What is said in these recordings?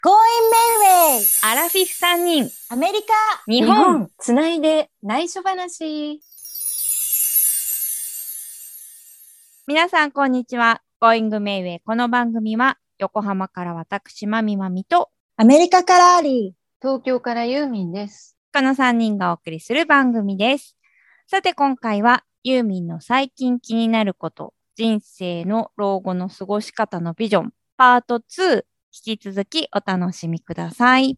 Going Mayway アラフィフ3人アメリカ日本つないで内緒話。 皆さんこんにちは。 Going Mayway この番組は横浜から私まみまみとアメリカからアリ東京からユーミンです。 この3人がお送りする番組です。さて今回はユーミンの最近気になること、人生の老後の過ごし方のビジョンパート2、引き続きお楽しみください。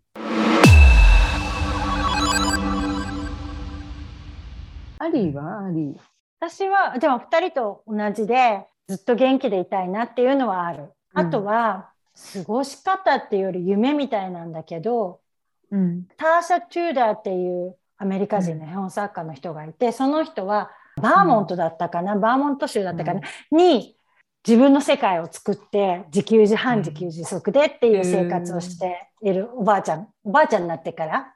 アリーはアリー。 私はでも2人と同じでずっと元気でいたいなっていうのはある、あとは過ごし方っていうより夢みたいなんだけど、ターシャ・チューダーっていうアメリカ人の絵本作家の人がいて、その人はバーモントだったかな、バーモント州だったかな、に自分の世界を作って自給自半自給自足でっていう生活をしているおばあちゃんになってから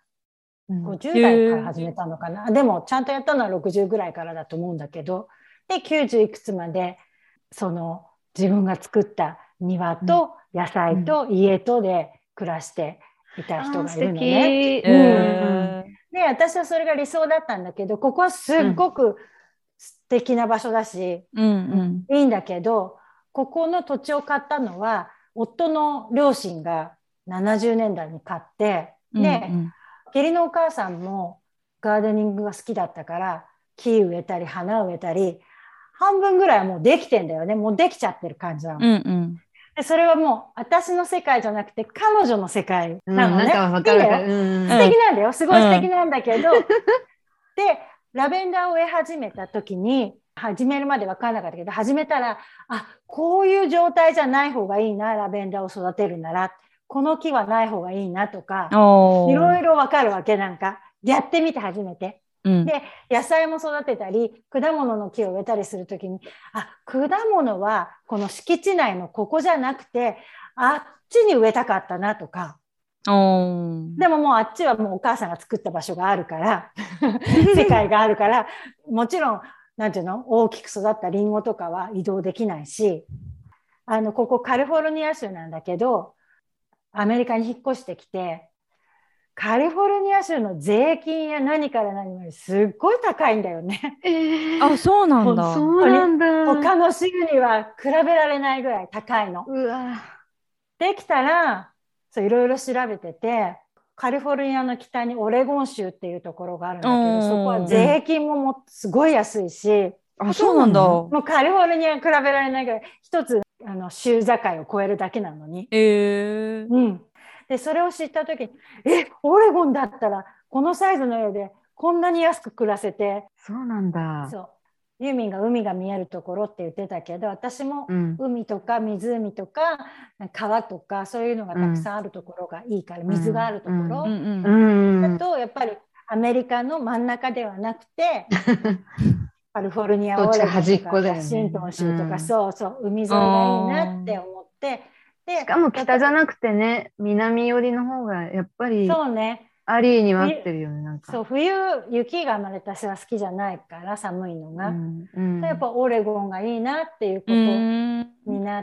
50代から始めたのかな、でもちゃんとやったのは60ぐらいからだと思うんだけど、で90いくつまでその自分が作った庭と野菜と家とで暮らしていた人がいるのね。で私はそれが理想だったんだけど、ここはすっごく素敵な場所だし、いいんだけど、ここの土地を買ったのは夫の両親が70年代に買って、で義理のお母さんもガーデニングが好きだったから木植えたり花植えたり半分ぐらいはもうできてんだよね。もうできちゃってる感じなの。でそれはもう私の世界じゃなくて彼女の世界なのね。素敵なんだよ。すごい素敵なんだけど、でラベンダーを植え始めた時に、始めるまで分からなかったけど、始めたらこういう状態じゃない方がいいな、ラベンダーを育てるならこの木はない方がいいなとか、いろいろ分かるわけ。なんかやってみて初めて、で野菜も育てたり果物の木を植えたりするときに、果物はこの敷地内のここじゃなくてあっちに植えたかったなとか、でももうあっちはもうお母さんが作った場所があるから世界があるから、もちろんなんていうの、大きく育ったリンゴとかは移動できないし、ここカリフォルニア州なんだけど、アメリカに引っ越してきて、カリフォルニア州の税金や何から何まですっごい高いんだよね。 そうなんだ。 他の州には比べられないぐらい高いの。できたらいろいろ調べてて、カリフォルニアの北にオレゴン州っていうところがあるんだけど、そこは税金もすごい安いし、 そうなんだ。 もうカリフォルニアに比べられないぐらい、一つ州境を越えるだけなのに。でそれを知った時に、オレゴンだったらこのサイズの家でこんなに安く暮らせて。 そうなんだ。 そう、ユーミンが海が見えるところって言ってたけど、私も海とか湖とか川とかそういうのがたくさんあるところがいいから、水があるところだとやっぱりアメリカの真ん中ではなくてカリフォルニア、オレゴンとかワシントン州とか、海沿いがいいなって思って、 しかも北じゃなくてね、南寄りの方がやっぱりアリーには合ってるよね。なんか冬雪が私は好きじゃないから、寒いのが、やっぱオレゴンがいいなっていうことになって、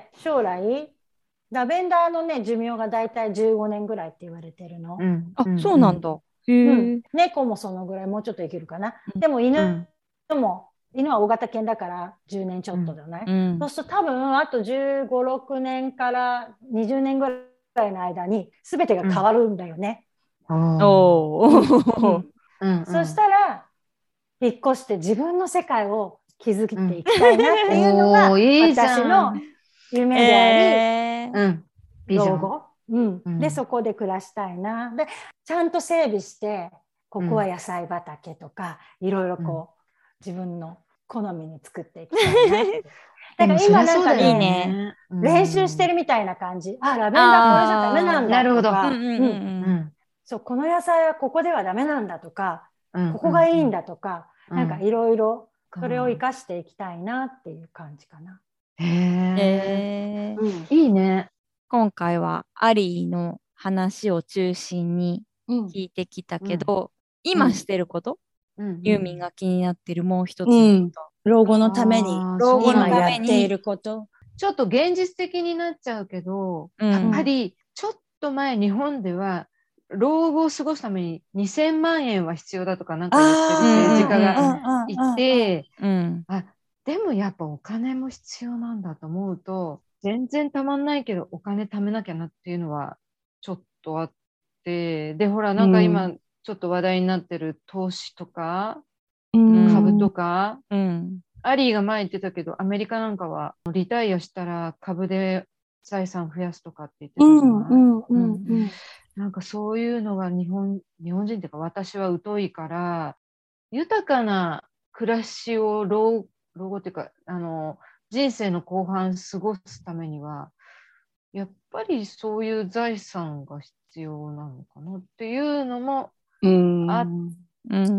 将来ラベンダーのね寿命がだいたい15年ぐらいって言われてるの。 そうなんだ。 猫もそのぐらい、もうちょっと生きるかな。でも犬は大型犬だから10年ちょっとじゃない、そうすると多分あと15、6年から20年ぐらいの間に全てが変わるんだよね。そしたら引っ越して自分の世界を築いていきたいなっていうのが私の夢であり、老後、でそこで暮らしたいな。でちゃんと整備して、ここは野菜畑とかいろいろ自分の好みに作っていきたいなって。だから今なんかね、練習してるみたいな感じ。ラベンダーこれじゃダメなんだとか、この野菜はここではダメなんだとか、ここがいいんだとか、なんかいろいろそれを生かしていきたいなっていう感じかな。 いいね。 今回はアリーの話を中心に聞いてきたけど、今してること、ユーミンが気になってるもう一つのこと、 老後のために今やっていること。 ちょっと現実的になっちゃうけど、やっぱりちょっと前、日本では、老後を過ごすために2000万円は必要だとかなんか言ってる政治家がいて、でもやっぱお金も必要なんだと思うと、全然たまんないけどお金貯めなきゃなっていうのはちょっとあって、で、ほら、なんか今ちょっと話題になってる投資とか、株とか、アリーが前言ってたけど、アメリカなんかはリタイアしたら株で財産増やすとかって言ってたじゃない。なんかそういうのが日本人っていうか私は疎いから、豊かな暮らしを老後っていうか、人生の後半過ごすためには、やっぱりそういう財産が必要なのかなっていうのもあって、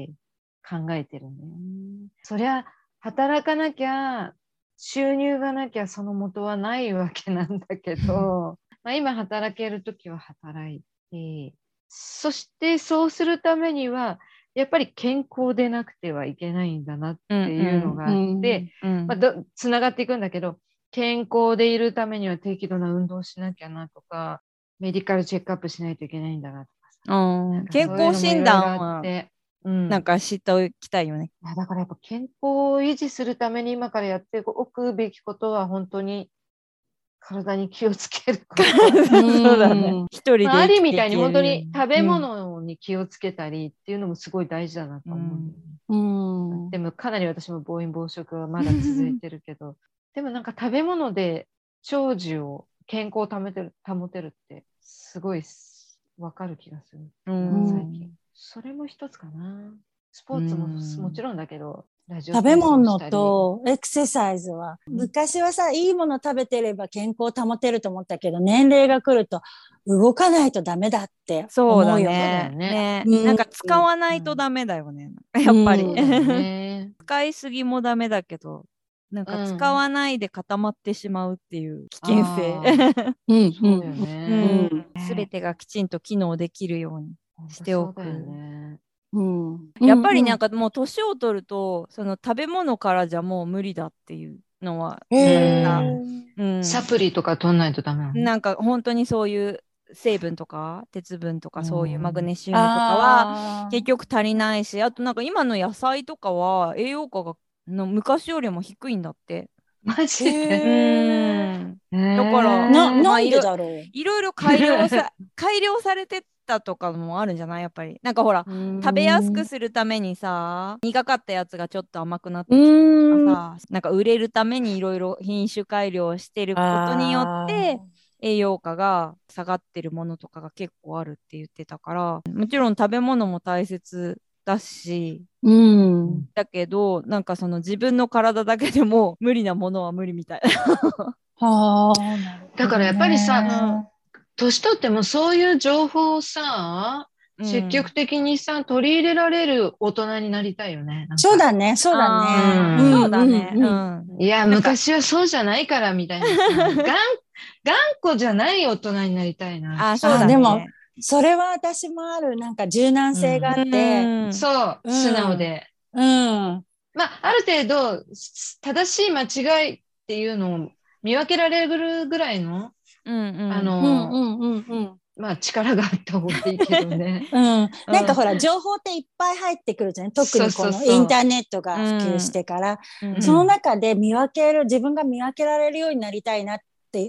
考えてるね。そりゃ、働かなきゃ、収入がなきゃその元はないわけなんだけど、今働けるときは働いて、そしてそうするためには、やっぱり健康でなくてはいけないんだなっていうのがあって、つながっていくんだけど、健康でいるためには適度な運動しなきゃなとか、メディカルチェックアップしないといけないんだなとか。 健康診断はなんか知っておきたいよね。 だからやっぱ健康を維持するために今からやっておくべきことは本当に体に気をつけること。 そうだね。一人でありみたいに本当に食べ物に気をつけたりっていうのもすごい大事だなと思う。でもかなり私も暴飲暴食はまだ続いてるけど、でもなんか食べ物で長寿を健康を保てるってすごいわかる気がする。最近。それも一つかな。スポーツももちろんだけど、 食べ物とエクササイズは、昔はさ、いいもの食べてれば健康を保てると思ったけど、年齢が来ると動かないとダメだって思うよね。なんか使わないとダメだよね。やっぱり。使いすぎもダメだけど、なんか使わないで固まってしまうっていう危険性。すべてがきちんと機能できるようにしておく。やっぱりなんかもう年を取るとその食べ物からじゃもう無理だっていうのはサプリとか取んないとダメなの？ なんか本当にそういう成分とか鉄分とかそういうマグネシウムとかは結局足りないし、あとなんか今の野菜とかは栄養価が昔よりも低いんだって。 マジで？ だからなんでだろう。 いろいろ改良されてたとかもあるんじゃない？やっぱりなんかほら食べやすくするためにさ、苦かったやつがちょっと甘くなってきたとかさ、なんか売れるためにいろいろ品種改良してることによって栄養価が下がってるものとかが結構あるって言ってたから、もちろん食べ物も大切だし、だけどなんかその自分の体だけでも無理なものは無理みたいな。 だからやっぱりさ、年取ってもそういう情報をさ、積極的にさ、取り入れられる大人になりたいよね。 そうだね。そうだね。 いや、昔はそうじゃないからみたいな。頑固じゃない大人になりたいな。 そうだね。 でも、それは私もある。なんか柔軟性があって。 そう、素直で。ある程度、正しい間違いっていうのを見分けられるぐらいの、力があった方がいいけどね。 なんかほら、情報っていっぱい入ってくるじゃん。特にこのインターネットが普及してから。その中で自分が見分けられるようになりたいなって、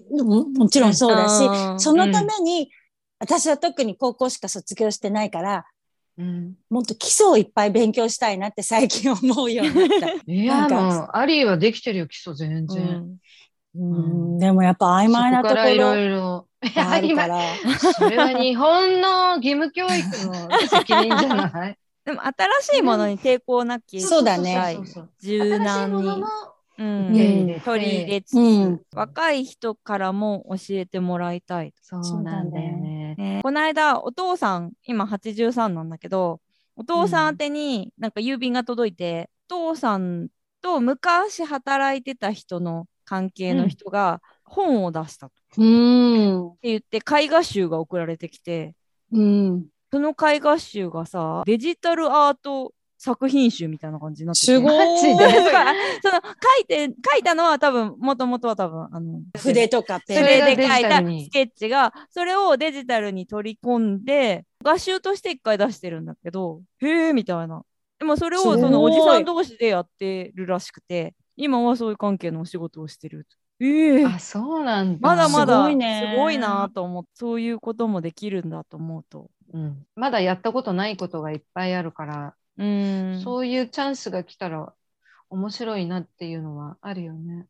もちろんそうだし、そのために、私は特に高校しか卒業してないから、もっと基礎をいっぱい勉強したいなって最近思うようになった。 いや、もう、アリーはできてるよ、基礎全然。 でもやっぱ曖昧なところ。 いろいろ。あるから。それは日本の義務教育の責任じゃない？ でも新しいものに抵抗なき、 そうだね。 柔軟に取り入れつつ、若い人からも教えてもらいたい。 そうなんだよね。 この間お父さん今83なんだけど、お父さん宛てになんか郵便が届いて、お父さんと昔働いてた人の関係の人が本を出したと、って言って絵画集が送られてきて、その絵画集がさ、デジタルアート作品集みたいな感じになってて。 すごい。 マジで書いたのは多分、もともとは多分、 筆とかペン。 筆で書いたスケッチが、それをデジタルに取り込んで、画集として一回出してるんだけど、へーみたいな。でもそれをそのおじさん同士でやってるらしくて、今はそういう関係のお仕事をしてる。 あ、そうなんだ。 まだまだすごいなと思って、そういうこともできるんだと思うと。 まだやったことないことがいっぱいあるから、そういうチャンスが来たら面白いなっていうのはあるよね。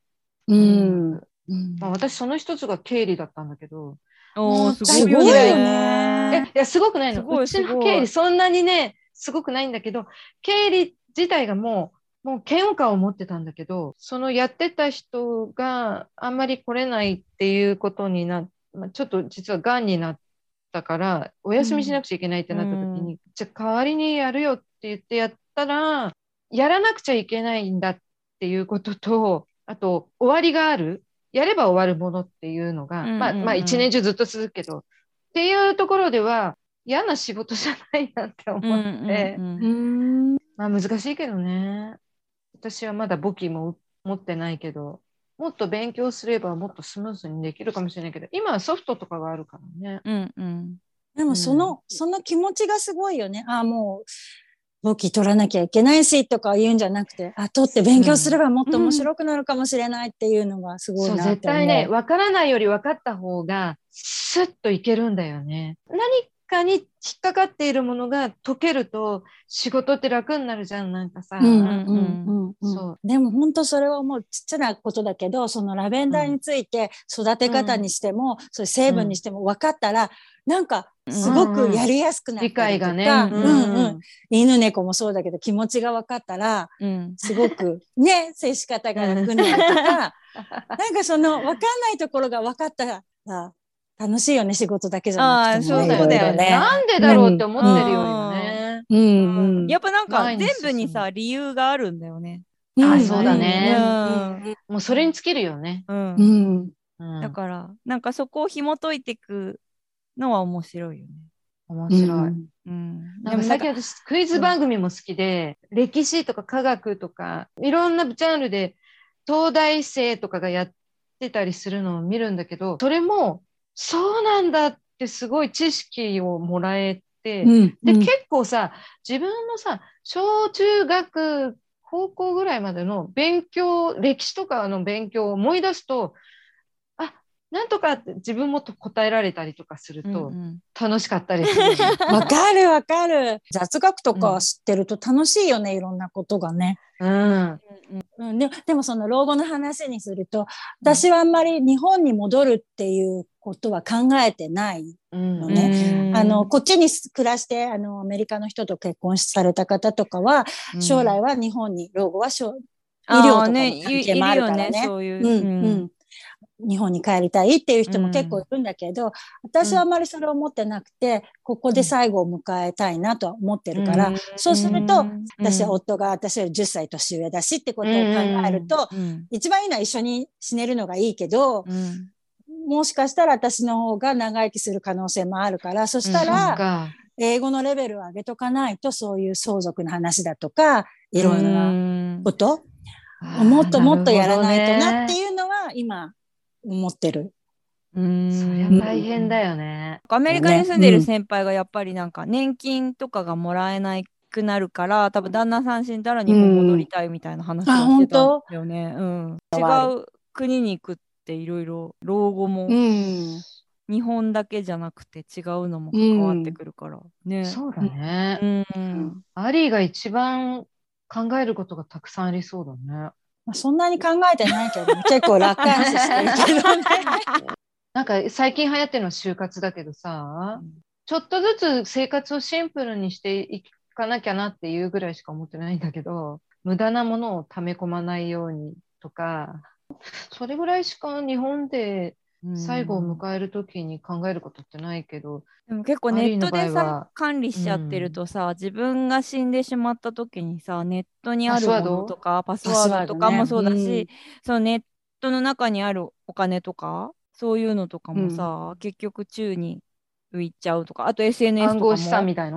私その一つが経理だったんだけど。 すごいよね。 いや、すごくないの。うちの経理そんなにね、すごくないんだけど、経理自体がもう嫌悪感を持ってたんだけど、そのやってた人があんまり来れないっていうことにちょっと実はがんになったから、お休みしなくちゃいけないってなった時に、じゃあ代わりにやるよって言ってやったら、やらなくちゃいけないんだっていうことと、あと終わりがある。やれば終わるものっていうのが、一年中ずっと続くけど、っていうところでは嫌な仕事じゃないなって思って、難しいけどね。私はまだ簿記も持ってないけど、もっと勉強すればもっとスムーズにできるかもしれないけど、今はソフトとかがあるからね。 でもその気持ちがすごいよね。もう簿記取らなきゃいけないしとか言うんじゃなくて、取って勉強すればもっと面白くなるかもしれないっていうのがすごいなって思う。 絶対ね、分からないより分かった方がスッといけるんだよね。何かに引っかかっているものが解けると仕事って楽になるじゃん、なんかさ。 でも本当それはもうちっちゃなことだけど、そのラベンダーについて育て方にしても、そういう成分にしても分かったら、なんかすごくやりやすくなったりとか、犬猫もそうだけど気持ちが分かったら、すごくね、接し方が楽になるとか、なんかその分かんないところが分かったら楽しいよね、仕事だけじゃなくてもね。 そうだよね。なんでだろうって思ってるよ、今ね。 やっぱなんか全部にさ、理由があるんだよね。 そうだね。もうそれに尽きるよね。 だから、なんかそこを紐解いていくのは面白いよね。 面白い。なんか最近私クイズ番組も好きで、歴史とか科学とかいろんなジャンルで東大生とかがやってたりするのを見るんだけど、それもそうなんだってすごい知識をもらえて、で結構さ、自分のさ、小中学高校ぐらいまでの勉強、歴史とかの勉強を思い出すと、なんとかって自分も答えられたりとかすると楽しかったりするよね。 わかるわかる。雑学とか知ってると楽しいよね、いろんなことがね。でもその老後の話にすると、私はあんまり日本に戻るっていうことは考えてないのね。こっちに暮らしてアメリカの人と結婚された方とかは、将来は日本に、老後は医療とかの関係もあるからね。そういう日本に帰りたいっていう人も結構いるんだけど、私はあまりそれを思ってなくて、ここで最後を迎えたいなとは思ってるから、そうすると、夫が私より10歳年上だしってことを考えると、一番いいのは一緒に死ねるのがいいけど、もしかしたら私の方が長生きする可能性もあるから、そしたら、英語のレベルを上げとかないと、そういう相続の話だとか、いろいろなことをもっともっとやらないとなっていうのは今、思ってる。 そりゃ大変だよね。 アメリカに住んでる先輩がやっぱりなんか年金とかがもらえなくなるから、多分旦那さん死んだら日本戻りたいみたいな話をしてたんだよね。違う国に行くっていろいろ老後も日本だけじゃなくて違うのも関わってくるからね。 そうだね。アリーが一番考えることがたくさんありそうだね。 そんなに考えてないけど、結構楽観視してるけどね。 なんか最近流行ってるのは就活だけどさ、ちょっとずつ生活をシンプルにしていかなきゃなっていうぐらいしか思ってないんだけど、無駄なものを溜め込まないようにとか、それぐらいしか日本で最後を迎えるときに考えることってないけど、 でも結構ネットでさ管理しちゃってるとさ、自分が死んでしまったときにさ、ネットにあるものとかパスワードとかもそうだし、そのネットの中にあるお金とかそういうのとかもさ、結局宙に浮いちゃうとか、あと SNS とかも暗号資産みたいの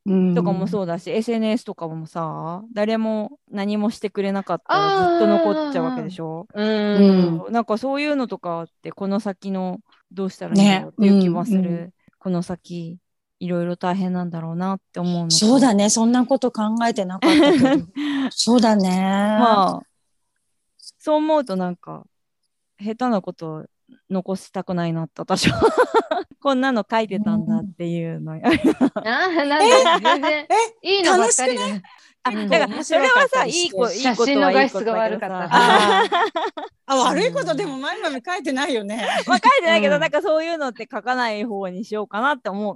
とかもそうだし、SNS とかもさ、誰も何もしてくれなかったらずっと残っちゃうわけでしょ。なんかそういうのとかってこの先のどうしたらいいんだろうっていう気はする。この先いろいろ大変なんだろうなって思うの。 そうだね、そんなこと考えてなかったけどそうだね。 まあそう思うとなんか下手なこと残したくないなって私はこんなの書いてたんだっていうのなんで全然いいのばっかりで。 だからそれはさ、いいことはいいことだけどさ。悪いことでも前々書いてないよね。 書いてないけど、なんかそういうのって書かない方にしようかなって思う。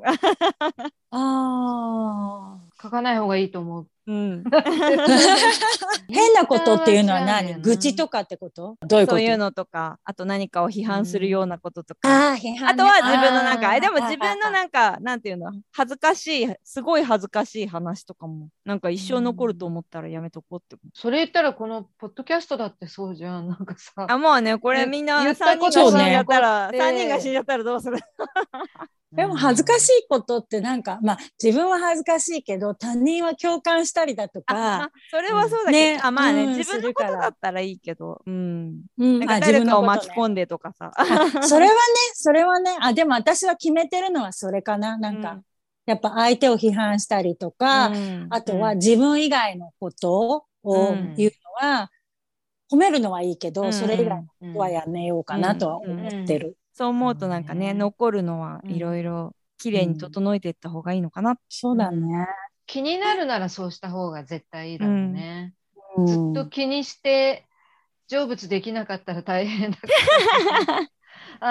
書かない方がいいと思う。 変なことっていうのは何？愚痴とかってこと？どういうこと？ そういうのとか、あと何かを批判するようなこととか、あとは自分のなんか、でも自分のなんか、なんていうの、恥ずかしい、すごい恥ずかしい話とかも、なんか一生残ると思ったらやめとこうって。 それ言ったらこのポッドキャストだってそうじゃん。なんかさ。 もうね、これみんな3人が死んじゃったら、3人が死んじゃったらどうする？ でも恥ずかしいことってなんか、まあ自分は恥ずかしいけど他人は共感したりだとか、 それはそうだけど、まあね、自分のことだったらいいけど、なんか誰かを巻き込んでとかさ。 それはね、でも私は決めてるのはそれかな。なんか、やっぱ相手を批判したりとか、あとは自分以外のことを言うのは、褒めるのはいいけど、それ以外のことはやめようかなとは思ってる。 そう思うとなんかね、残るのはいろいろきれいに整えていった方がいいのかな。 そうだね。 気になるならそうした方が絶対いいだろうね。ずっと気にして成仏できなかったら大変だから。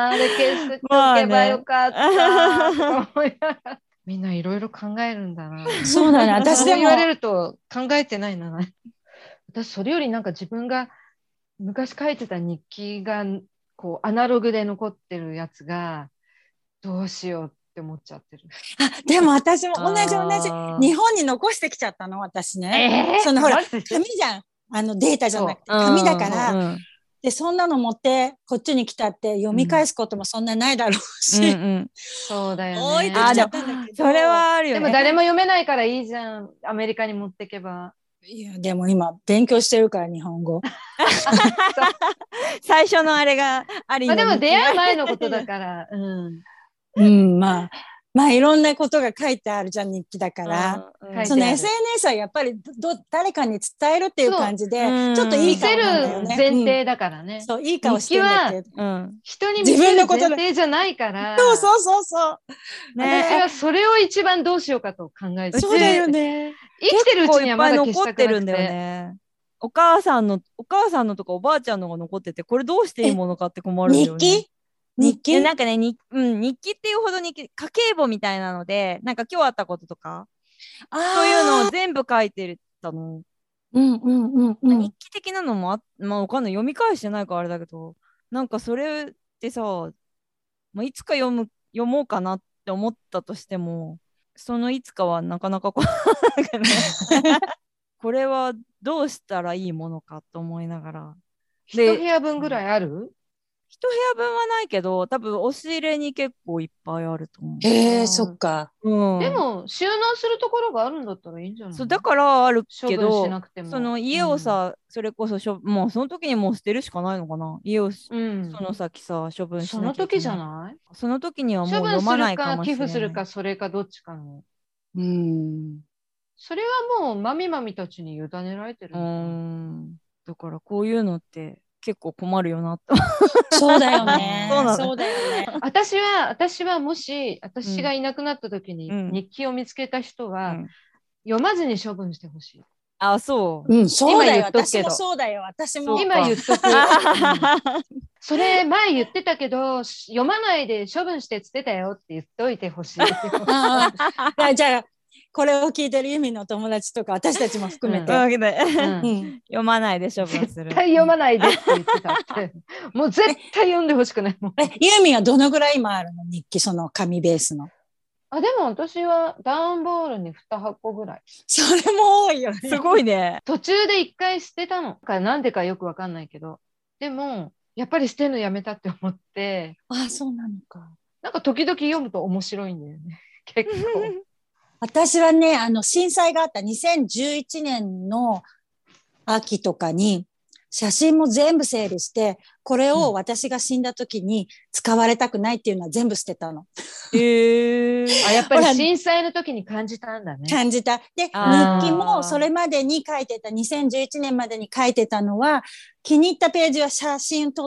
あれ消しておけばよかったとか思いながら。みんないろいろ考えるんだな。 そうだね。私でも言われると考えてないな。私それよりなんか自分が昔書いてた日記がこうアナログで残ってるやつがどうしようって思っちゃってる。 でも私も同じ日本に残してきちゃったの私ね。そのほら紙じゃん、データじゃなくて紙だから、でそんなの持ってこっちに来たって読み返すこともそんなないだろうし、 そうだよね。 置いてきちゃったんだけど、 それはあるよね。 でも誰も読めないからいいじゃん、アメリカに持ってけば。 いやでも今勉強してるから日本語。 最初のあれがありのでも出会う前のことだから、 まあいろんなことが書いてあるじゃん日記だから、その SNS はやっぱり誰かに伝えるっていう感じでちょっといい顔なんだよね。 見せる前提だからね。 そういい顔してるんだけど、人に見せる前提じゃないから。 そう、 私はそれを一番どうしようかと考えて。 そうだよね。 生きてるうちにはまだ消したくなくて。 残ってるんだよね。お母さんのとかおばあちゃんのが残ってて、これどうしていいものかって困るんだよね。日記なんかね、日記っていうほど日記、家計簿みたいなので、なんか今日あったこととか、そういうのを全部書いてたの。日記的なのもまあわかんない。読み返してないからあれだけど、なんかそれってさ、いつか読もうかなって思ったとしても、そのいつかはなかなかこれはどうしたらいいものかと思いながら。 一部屋分ぐらいある？ 一部屋分はないけど、多分押し入れに結構いっぱいあると思う。そっか。 でも収納するところがあるんだったらいいんじゃない？ そうだからあるけど、 処分しなくてもその家をさ、それこそもうその時にもう捨てるしかないのかな。家をその先さ処分しなきゃいけない。 その時じゃない？ その時にはもう読まないかもしれない。 寄付するかそれかどっちかの。それはもうマミマミたちに委ねられてる。 だからこういうのって結構困るよなと。 そうだよね。 そうだよね。 私はもし私がいなくなった時に日記を見つけた人は読まずに処分してほしい。 あ、そう。 そうだよ。私もそうだよ。私も今言っとく。それ前言ってたけど読まないで処分してつってたよって言っといてほしい。 じゃあこれを聞いてるユミの友達とか私たちも含めて、 読まないで処分する。 絶対読まないでって言ってたって。もう絶対読んでほしくないもん。 ユミはどのぐらい今あるの？日記、その紙ベースの。 でも私は段ボールに2箱ぐらい。 それも多いよね。 すごいね。 途中で1回捨てたの。なんでかよくわかんないけど。でもやっぱり捨てるのやめたって思って。 そうなのか。 なんか時々読むと面白いんだよね。結構。 私はね、震災があった2011年の秋とかに、写真も全部整理して、これを私が死んだ時に使われたくないっていうのは全部捨てたの。 やっぱり震災の時に感じたんだね。 感じた。で、日記もそれまでに書いてた、2011年までに書いてたのは、気に入ったページは写真撮って、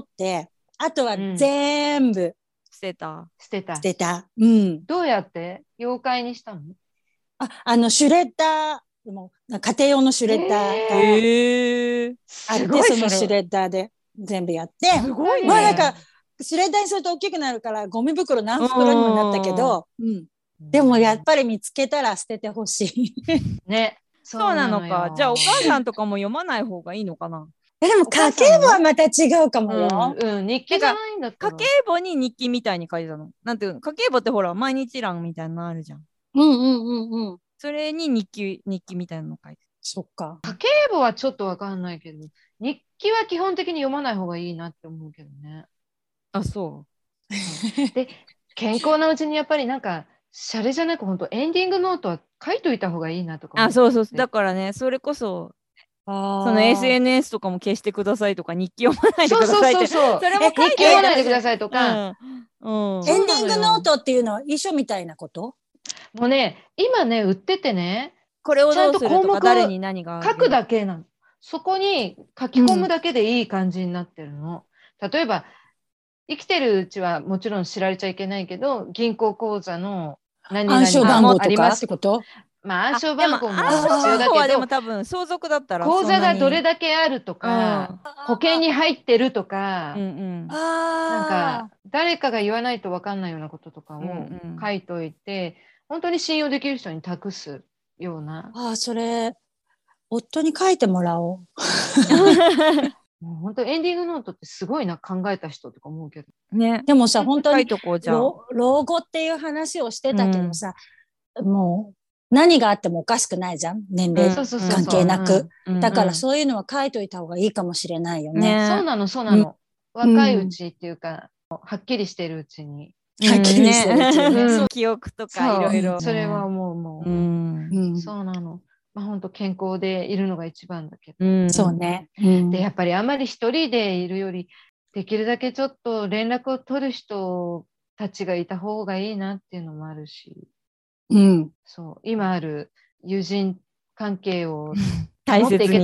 あとは全部、 捨てた。 うん。 どうやって妖怪にしたの？ シュレッダー、もう家庭用のシュレッダーがあって、そのシュレッダーで全部やって、 すごいね。 まあなんか、シュレッダーにすると大きくなるから、ゴミ袋何袋にもなったけど、でもやっぱり見つけたら捨ててほしい。 ね。 そうなのか。じゃあお母さんとかも読まない方がいいのかな。 でも家計簿はまた違うかもよ。 日記じゃないんだったら。 家計簿に日記みたいに書いてたの。なんていうの？家計簿ってほら毎日欄みたいなのあるじゃん。それに日記みたいなの書いて。 そっか。 家計簿はちょっとわかんないけど、日記は基本的に読まない方がいいなって思うけどね。 あ、そう。 で、健康なうちにやっぱりなんかシャレじゃなく本当エンディングノートは書いといた方がいいなとか。 そう。だからね、それこそ。その SNS とかも消してくださいとか、日記読まないでくださいって。 それも日記読まないでくださいとか。 エンディングノートっていうのは遺書みたいなこと？ もうね、今ね、売っててね、 これをどうするとか、誰に何が書くだけなの。そこに書き込むだけでいい感じになってるの。例えば、生きてるうちはもちろん知られちゃいけないけど、銀行口座の何々がありますってこと？まあ、暗証番号も必要だけど、 でも多分相続だったら口座がどれだけあるとか、保険に入ってるとか、なんか誰かが言わないと分かんないようなこととかを書いといて、本当に信用できる人に託すような。 それ夫に書いてもらおう。 もう本当エンディングノートってすごいな、考えた人とか思うけど。 ね。 でもさ、本当に老後っていう話をしてたけどさ、もう何があってもおかしくないじゃん、年齢関係なく。だからそういうのは書いといた方がいいかもしれないよね。 そうなの。若いうちっていうか、はっきりしてるうちに。 はっきりしてるうちにね。 記憶とかいろいろ。 それはもう。そうなの。まあ本当健康でいるのが一番だけど。 そうね。 で、やっぱりあまり一人でいるより、できるだけちょっと連絡を取る人たちがいた方がいいなっていうのもあるし。そう今ある友人関係を大切に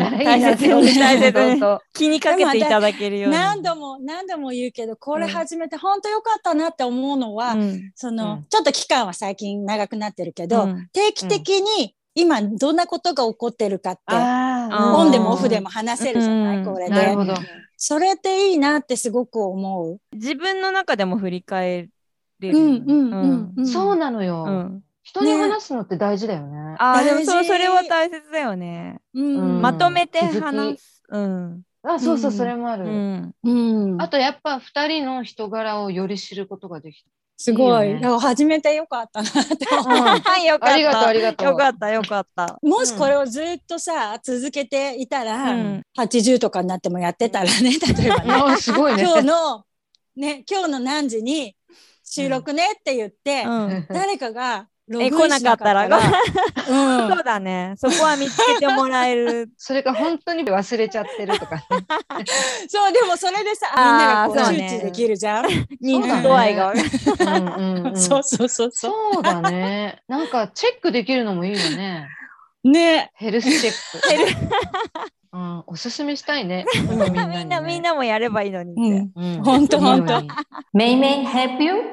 気にかけていただけるように。 何度も言うけど、これ始めて本当良かったなって思うのは、ちょっと期間は最近長くなってるけど、定期的に今どんなことが起こってるかって、オンでもオフでも話せるじゃない、これで。 なるほど。 それっていいなってすごく思う。 自分の中でも振り返れる。 そうなのよ。人に話すのって大事だよね。 でもそれは大切だよね。まとめて話す。 そう、それもある。あとやっぱ2人の人柄をより知ることができた。 すごい。始めてよかったなって思う。 よかった。 ありがとう。 よかった。 もしこれをずっとさ、続けていたら、80とかになってもやってたらね、例えばね。 すごいね。 今日の何時に収録ねって言って、誰かがログイン来なかったら、 そうだね。そこは見つけてもらえる。 それか本当に忘れちゃってるとか。 そう、でもそれでさ、みんなが周知できるじゃん。 認知度合いが。 そう。 そうだね。なんかチェックできるのもいいよね。 ね。 ヘルスチェック。おすすめしたいね。 みんなもやればいいのに。 本当。 May help you?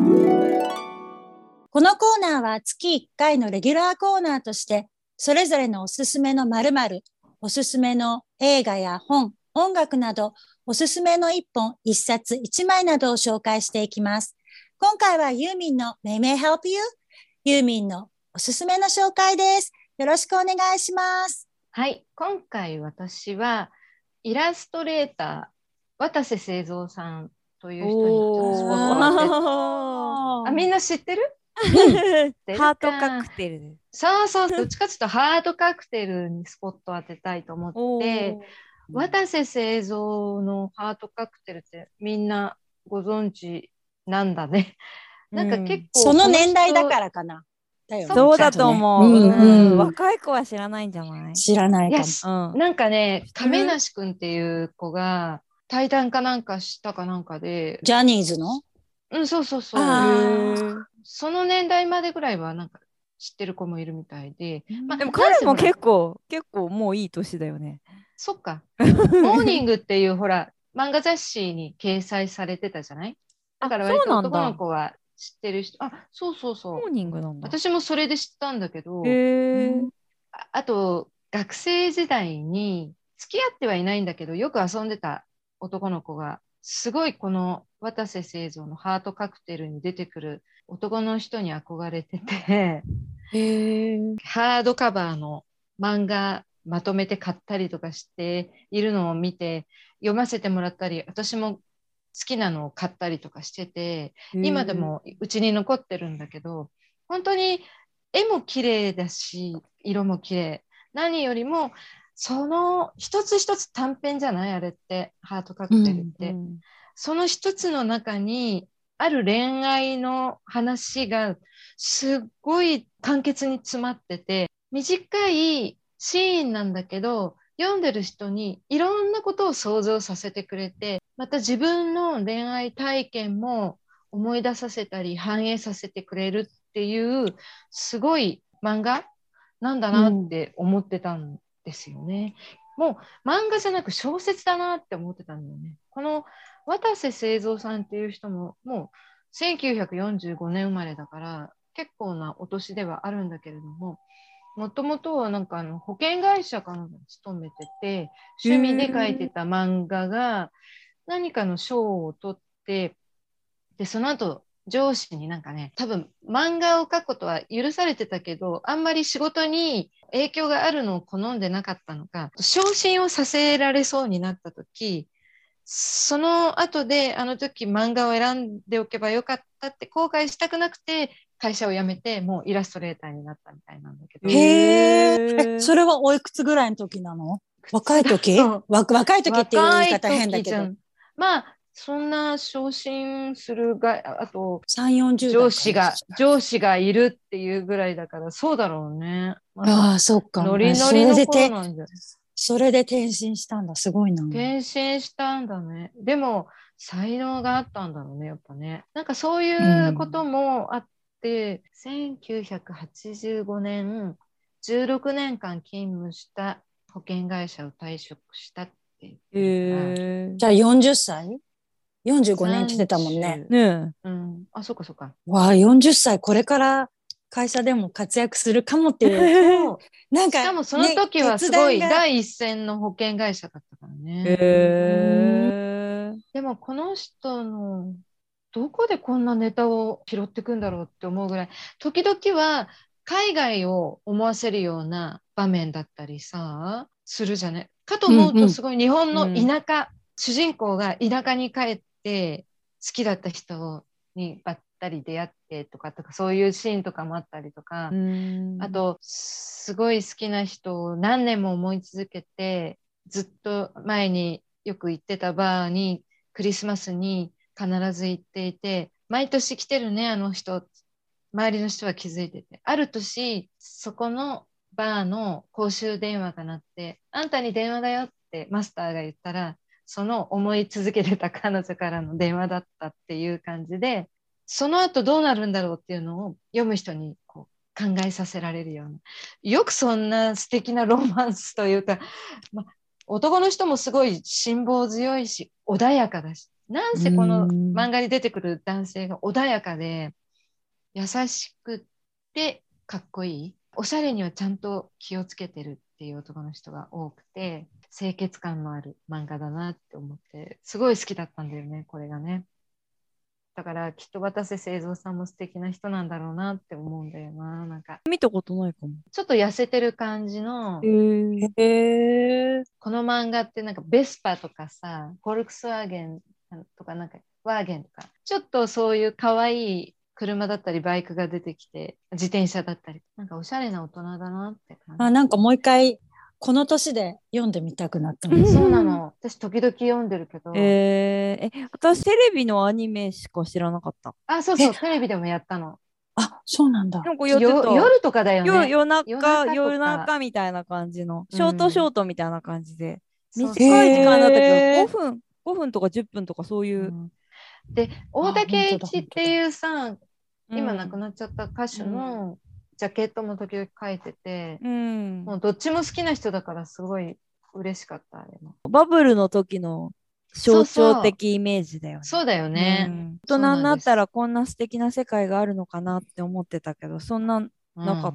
このコーナーは月1回のレギュラーコーナーとして、それぞれのおすすめの〇〇、おすすめの映画や本、音楽など、おすすめの1本、1冊、1枚などを紹介していきます。今回はユーミンの May help you? ユーミンのおすすめの紹介です。よろしくお願いします。 はい、今回私はイラストレーター、渡瀬製三さんという人にスポットを当てて、みんな知ってる？ ハートカクテル。 そう、どっちかというとハートカクテルにスポットを当てたいと思って、渡瀬製三のハートカクテルってみんなご存知なんだね。なんか結構その年代だからかな。 たよね。 そうだと思う。若い子は知らないんじゃない？ 知らないかも。なんかね、亀梨くんっていう子が対談かなんかしたかなんかで。 ジャニーズの？ そうそうそう。その年代までぐらいはなんか知ってる子もいるみたいで。 でも彼も結構もういい年だよね。 そっか。モーニングっていうほら、漫画雑誌に掲載されてたじゃない？だから割と男の子は知ってる人。そうそうそう。 モーニングなんだ。 私もそれで知ったんだけど、あと、学生時代に付き合ってはいないんだけど、よく遊んでた男の子が、すごいこの渡瀬製造のハートカクテルに出てくる男の人に憧れてて、ハードカバーの漫画まとめて買ったりとかしているのを見て読ませてもらったり、私も好きなのを買ったりとかしてて、今でもうちに残ってるんだけど、本当に絵も綺麗だし色も綺麗。何よりもその一つ一つ短編じゃない？あれってハートカクテルって、その一つの中にある恋愛の話がすっごい簡潔に詰まってて、短いシーンなんだけど読んでる人にいろんなことを想像させてくれて、また自分の恋愛体験も思い出させたり反映させてくれるっていうすごい漫画なんだなって思ってたんですよね。もう漫画じゃなく小説だなって思ってたんだよね。この渡瀬製三さんっていう人ももう1945年生まれだから結構なお年ではあるんだけれども、もともとはなんか保険会社かなんかに勤めてて、趣味で書いてた漫画が何かの賞を取って、でその後上司になんかね、多分漫画を描くことは許されてたけど、あんまり仕事に影響があるのを好んでなかったのか、昇進をさせられそうになった時、その後であの時漫画を選んでおけばよかったって後悔したくなくて会社を辞めてもうイラストレーターになったみたいなんだけど。 それはおいくつぐらいの時なの？若い時？若い時っていう言い方変だけど、 まあそんな昇進するが、あと 3、40代上司がいるっていうぐらいだからそうだろうね。 そっか。 ノリノリの頃なんじゃ。 それで転身したんだ。すごいな。 転身したんだね。でも才能があったんだろうね、やっぱね。なんかそういうこともあって、1985年16年間勤務した保険会社を退職したって言ってじゃあ40歳45年来てたもんね。 そっかそっか。 わあ、40歳これから会社でも活躍するかもっていう。なんか、 しかもその時はすごい第一線の保険会社だったからね。でもこの人のどこでこんなネタを拾ってくんだろうって思うぐらい、時々は海外を思わせるような場面だったりさ、するじゃないかと思うと、すごい日本の田舎、主人公が田舎に帰って好きだった人にばったり出会ってとかそういうシーンとかもあったりとか、あとすごい好きな人を何年も思い続けて、ずっと前によく行ってたバーにクリスマスに必ず行っていて、毎年来てるねあの人、周りの人は気づいてて、ある年そこのバーの公衆電話が鳴って、あんたに電話だよってマスターが言ったら、その思い続けてた彼女からの電話だったっていう感じで、その後どうなるんだろうっていうのを読む人にこう考えさせられるような、よくそんな素敵なロマンスというか、男の人もすごい辛抱強いし穏やかだし、なんせこの漫画に出てくる男性が穏やかで優しくてかっこいい、おしゃれにはちゃんと気をつけてるっていう男の人が多くて、清潔感のある漫画だなって思ってすごい好きだったんだよね、これがね。だからきっと渡瀬製三さんも素敵な人なんだろうなって思うんだよな。なんか見たことないかも。 ちょっと痩せてる感じの。この漫画ってなんかベスパとかさ、フォルクスワーゲンとかなんかワーゲンとか、ちょっとそういう可愛い車だったりバイクが出てきて、自転車だったり、なんかおしゃれな大人だなって感じ。 なんかもう一回この年で読んでみたくなったの。そうなの。私時々読んでるけど。 私テレビのアニメしか知らなかった。 そうそう、テレビでもやったの。 あ、そうなんだ。 なんかやってた。 夜とかだよね。 夜中みたいな感じの、ショートみたいな感じで、短い時間だったけど、5分とか10分とかそういう。 で、大竹栄一っていうさ、今亡くなっちゃった歌手のジャケットも時々書いてて、もうどっちも好きな人だからすごい嬉しかった、あれも。 バブルの時の象徴的イメージだよね。 そうだよね。 大人になったらこんな素敵な世界があるのかなって思ってたけど、そんななかった。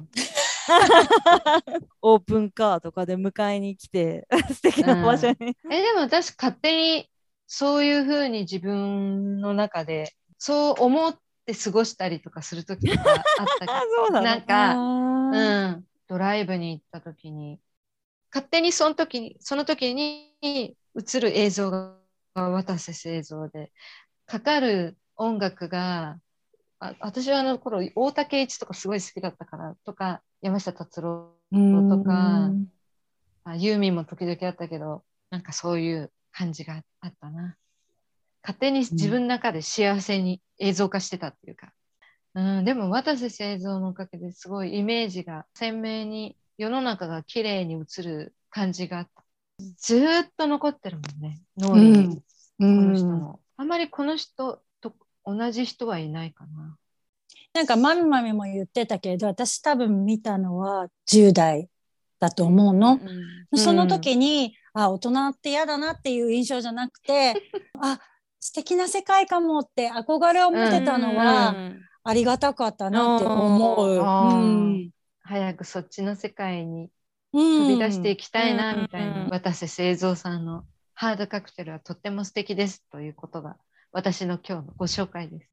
オープンカーとかで迎えに来て素敵な場所に。でも私勝手にそういうふうに自分の中でそう思って過ごしたりとかする時とかあったけどなんか、ドライブに行った時に勝手にその時に映る映像が渡瀬製造でかかる音楽が私はあの頃大竹栄一とかすごい好きだったからとか山下達郎とかユーミンも時々あったけどなんかそういう感じがあったな。勝手に自分の中で幸せに映像化してたっていうか、でも渡瀬製造のおかげですごいイメージが鮮明に世の中が綺麗に映る感じがずーっと残ってるもんね、脳に、この人の。あまりこの人と同じ人はいないかな。 なんかマミも言ってたけれど、私多分見たのは10代だと思うの。その時に大人って嫌だなっていう印象じゃなくて素敵な世界かもって憧れを持てたのはありがたかったなって思う。 早くそっちの世界に飛び出していきたいなみたいな。渡瀬製造さんのハードカクテルはとっても素敵ですということが私の今日のご紹介です。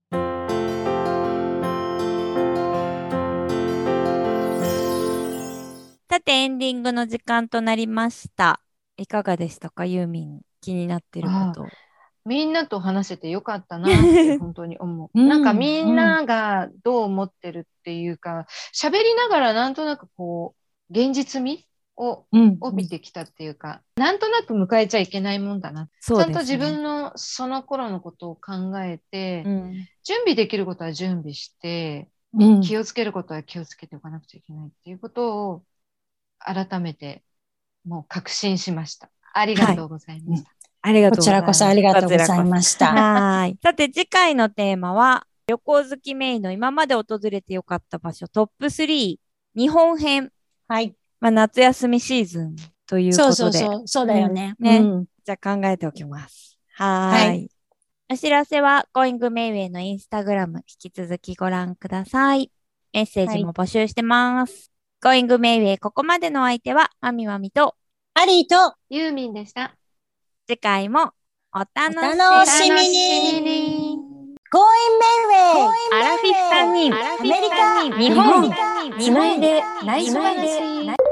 さてエンディングの時間となりました。いかがでしたか、ユーミン。気になってること。 みんなと話せてよかったなって本当に思う。なんかみんながどう思ってるっていうか、喋りながらなんとなくこう現実味を帯びてきたっていうか、なんとなく迎えちゃいけないもんだな。ちゃんと自分のその頃のことを考えて、準備できることは準備して、気をつけることは気をつけておかなくちゃいけないっていうことを改めてもう確信しました。ありがとうございました。 ありがとうございます。 こちらこそありがとうございました。 はい。さて次回のテーマは旅行好きメイの今まで訪れてよかった場所トップ3日本編。 はい。 夏休みシーズンということで。 そうだよね。 じゃあ考えておきます。はい。お知らせは Going Mayway のインスタグラム引き続きご覧ください。メッセージも募集してます。Going Mayway ここまでの相手はまみとアリーとユーミンでした。 次回もお楽しみに。Going Mayway アラフィフ3人アメリカ日本つないで内緒話。